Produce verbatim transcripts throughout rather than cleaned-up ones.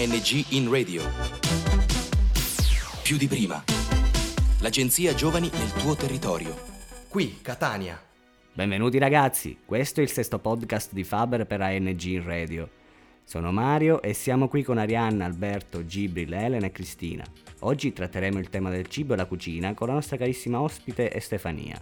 A N G in Radio. Più di prima. L'agenzia Giovani nel tuo territorio. Qui, Catania. Benvenuti ragazzi, questo è il sesto podcast di Faber per A N G in Radio. Sono Mario e siamo qui con Arianna, Alberto, Gibril, Elena e Cristina. Oggi tratteremo il tema del cibo e la cucina con la nostra carissima ospite Stefania.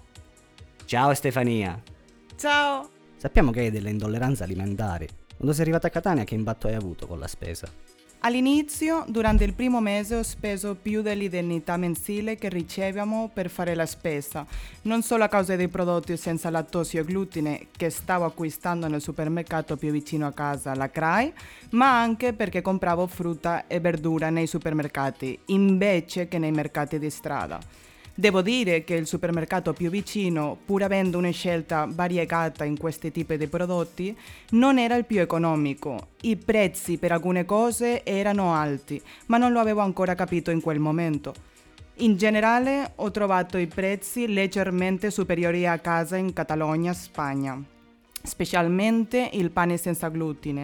Ciao Stefania! Ciao! Sappiamo che hai delle intolleranze alimentari. Quando sei arrivata a Catania, che impatto hai avuto con la spesa? All'inizio, durante il primo mese, ho speso più dell'indennità mensile che riceviamo per fare la spesa, non solo a causa dei prodotti senza lattosio e glutine che stavo acquistando nel supermercato più vicino a casa, la C R A I, ma anche perché compravo frutta e verdura nei supermercati, invece che nei mercati di strada. Devo dire che il supermercato più vicino, pur avendo una scelta variegata in questi tipi di prodotti, non era il più economico. I prezzi per alcune cose erano alti, ma non lo avevo ancora capito in quel momento. In generale ho trovato i prezzi leggermente superiori a casa in Catalogna, Spagna, specialmente il pane senza glutine,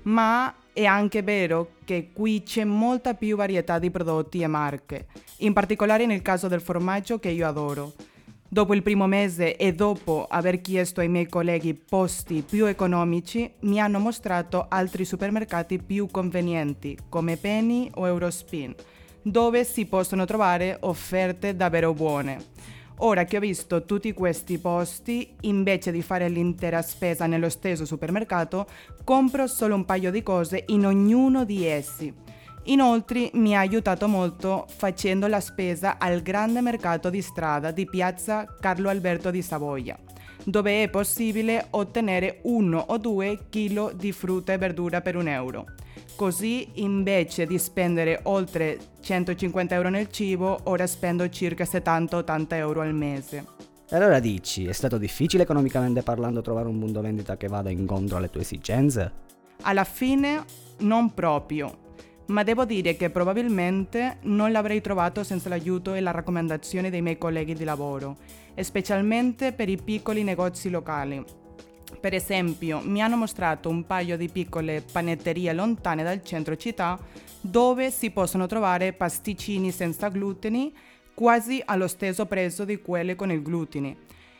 ma è anche vero che qui c'è molta più varietà di prodotti e marche, in particolare nel caso del formaggio che io adoro. Dopo il primo mese e dopo aver chiesto ai miei colleghi posti più economici, mi hanno mostrato altri supermercati più convenienti, come Penny o Eurospin, dove si possono trovare offerte davvero buone. Ora che ho visto tutti questi posti, invece di fare l'intera spesa nello stesso supermercato, compro solo un paio di cose in ognuno di essi. Inoltre mi ha aiutato molto facendo la spesa al grande mercato di strada di piazza Carlo Alberto di Savoia, dove è possibile ottenere uno o due chili di frutta e verdura per un euro. Così, invece di spendere oltre centocinquanta euro nel cibo, ora spendo circa settanta ottanta euro al mese. E allora dici, è stato difficile economicamente parlando trovare un punto vendita che vada incontro alle tue esigenze? Alla fine, non proprio. Ma devo dire che probabilmente non l'avrei trovato senza l'aiuto e la raccomandazione dei miei colleghi di lavoro, specialmente per i piccoli negozi locali. Per esempio, mi hanno mostrato un paio di piccole panetterie lontane dal centro città dove si possono trovare pasticcini senza glutine quasi allo stesso prezzo di quelle con il glutine,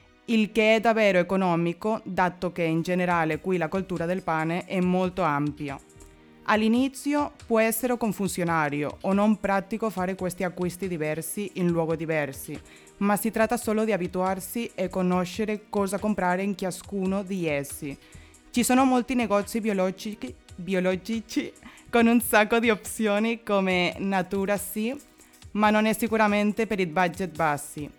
il che è davvero economico dato che in generale qui la cultura del pane è molto ampia. All'inizio può essere confusionario o non pratico fare questi acquisti diversi in luoghi diversi, ma si tratta solo di abituarsi e conoscere cosa comprare in ciascuno di essi. Ci sono molti negozi biologici, biologici con un sacco di opzioni come Natura sì, ma non è sicuramente per i budget bassi.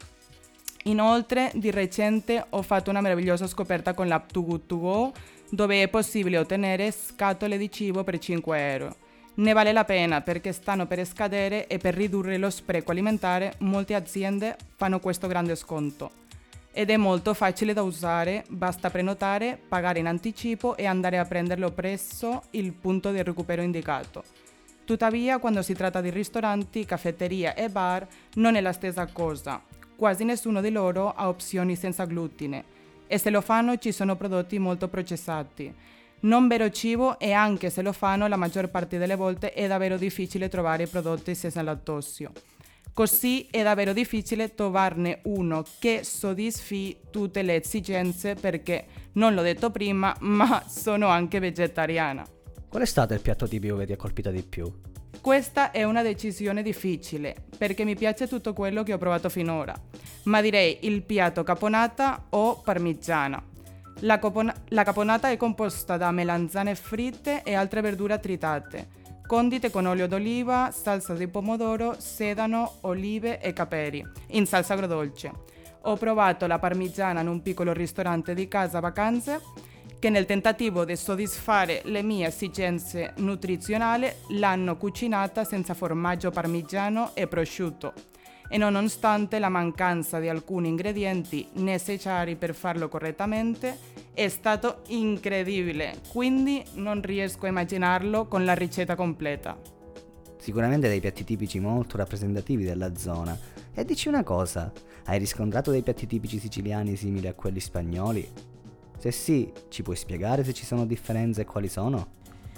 Inoltre, di recente ho fatto una meravigliosa scoperta con l'app Too Good To Go, dove è possibile ottenere scatole di cibo per cinque euro. Ne vale la pena perché stanno per scadere e per ridurre lo spreco alimentare molte aziende fanno questo grande sconto. Ed è molto facile da usare, basta prenotare, pagare in anticipo e andare a prenderlo presso il punto di recupero indicato. Tuttavia, quando si tratta di ristoranti, caffetteria e bar, non è la stessa cosa. Quasi nessuno di loro ha opzioni senza glutine. E se lo fanno ci sono prodotti molto processati. Non vero cibo e anche se lo fanno la maggior parte delle volte è davvero difficile trovare prodotti senza lattosio. Così è davvero difficile trovarne uno che soddisfi tutte le esigenze perché, non l'ho detto prima, ma sono anche vegetariana. Qual è stato il piatto tipico che ti ha colpito di più? Questa è una decisione difficile, perché mi piace tutto quello che ho provato finora, ma direi il piatto caponata o parmigiana. La, copona- la caponata è composta da melanzane fritte e altre verdure tritate, condite con olio d'oliva, salsa di pomodoro, sedano, olive e caperi, in salsa agrodolce. Ho provato la parmigiana in un piccolo ristorante di casa vacanze, che nel tentativo di soddisfare le mie esigenze nutrizionali l'hanno cucinata senza formaggio parmigiano e prosciutto e nonostante la mancanza di alcuni ingredienti necessari per farlo correttamente è stato incredibile, quindi non riesco a immaginarlo con la ricetta completa. Sicuramente dei piatti tipici molto rappresentativi della zona. E dici una cosa, hai riscontrato dei piatti tipici siciliani simili a quelli spagnoli? Se sì, ci puoi spiegare se ci sono differenze e quali sono?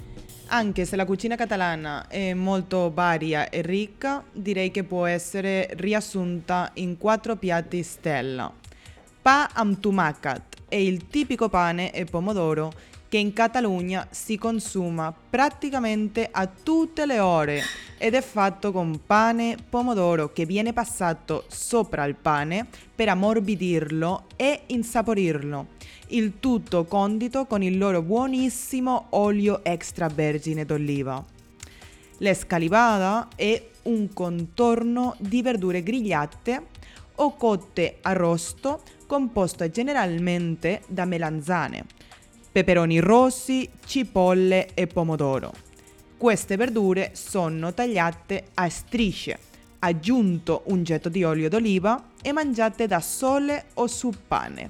Anche se la cucina catalana è molto varia e ricca, direi che può essere riassunta in quattro piatti stella. Pa amb tomàquet è il tipico pane e pomodoro che in Catalogna si consuma praticamente a tutte le ore ed è fatto con pane pomodoro che viene passato sopra il pane per ammorbidirlo e insaporirlo. Il tutto condito con il loro buonissimo olio extravergine d'oliva. L'escalivada è un contorno di verdure grigliate o cotte arrosto composto generalmente da melanzane, peperoni rossi, cipolle e pomodoro. Queste verdure sono tagliate a strisce, aggiunto un getto di olio d'oliva e mangiate da sole o su pane.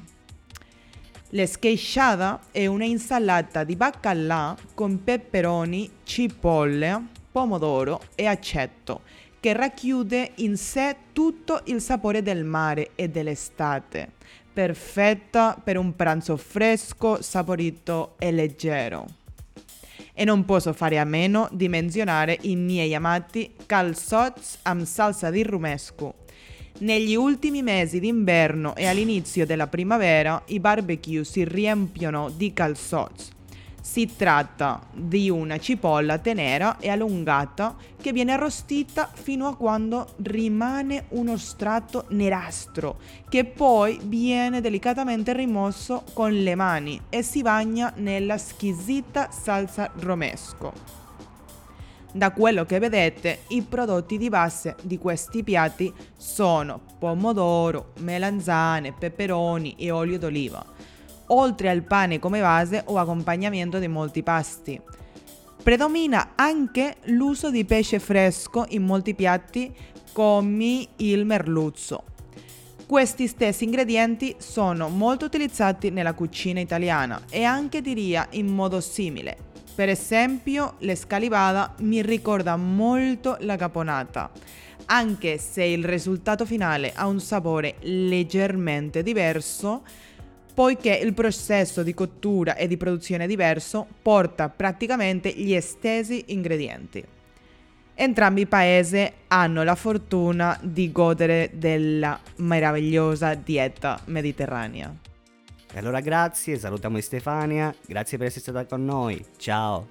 L'esqueixada è una insalata di baccalà con peperoni, cipolle, pomodoro e aceto, che racchiude in sé tutto il sapore del mare e dell'estate, perfetta per un pranzo fresco, saporito e leggero. E non posso fare a meno di menzionare i miei amati calçots amb salsa di rumesco. Negli ultimi mesi d'inverno e all'inizio della primavera i barbecue si riempiono di calçots. Si tratta di una cipolla tenera e allungata che viene arrostita fino a quando rimane uno strato nerastro, che poi viene delicatamente rimosso con le mani e si bagna nella squisita salsa romesco. Da quello che vedete, i prodotti di base di questi piatti sono pomodoro, melanzane, peperoni e olio d'oliva, oltre al pane come base o accompagnamento di molti pasti. Predomina anche l'uso di pesce fresco in molti piatti come il merluzzo. Questi stessi ingredienti sono molto utilizzati nella cucina italiana e anche diria in modo simile. Per esempio, l'escalivada mi ricorda molto la caponata, anche se il risultato finale ha un sapore leggermente diverso, poiché il processo di cottura e di produzione diverso porta praticamente gli stessi ingredienti. Entrambi i paesi hanno la fortuna di godere della meravigliosa dieta mediterranea. E allora grazie, salutiamo Stefania, grazie per essere stata con noi, ciao!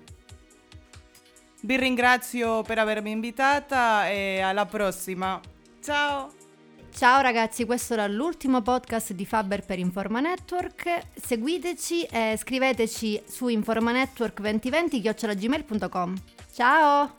Vi ringrazio per avermi invitata e alla prossima. Ciao! Ciao ragazzi, questo era l'ultimo podcast di Faber per Informa Network. Seguiteci e scriveteci su informanetwork duemilaventi chiocciola gmail punto com. Ciao!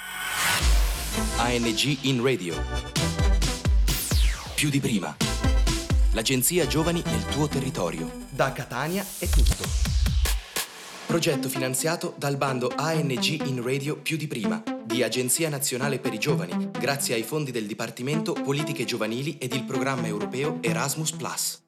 A N G in Radio. Più di prima. L'agenzia Giovani nel tuo territorio. Da Catania è tutto. Progetto finanziato dal bando A N G in Radio Più di prima di Agenzia Nazionale per i Giovani, grazie ai fondi del Dipartimento Politiche Giovanili ed il programma europeo Erasmus Plus.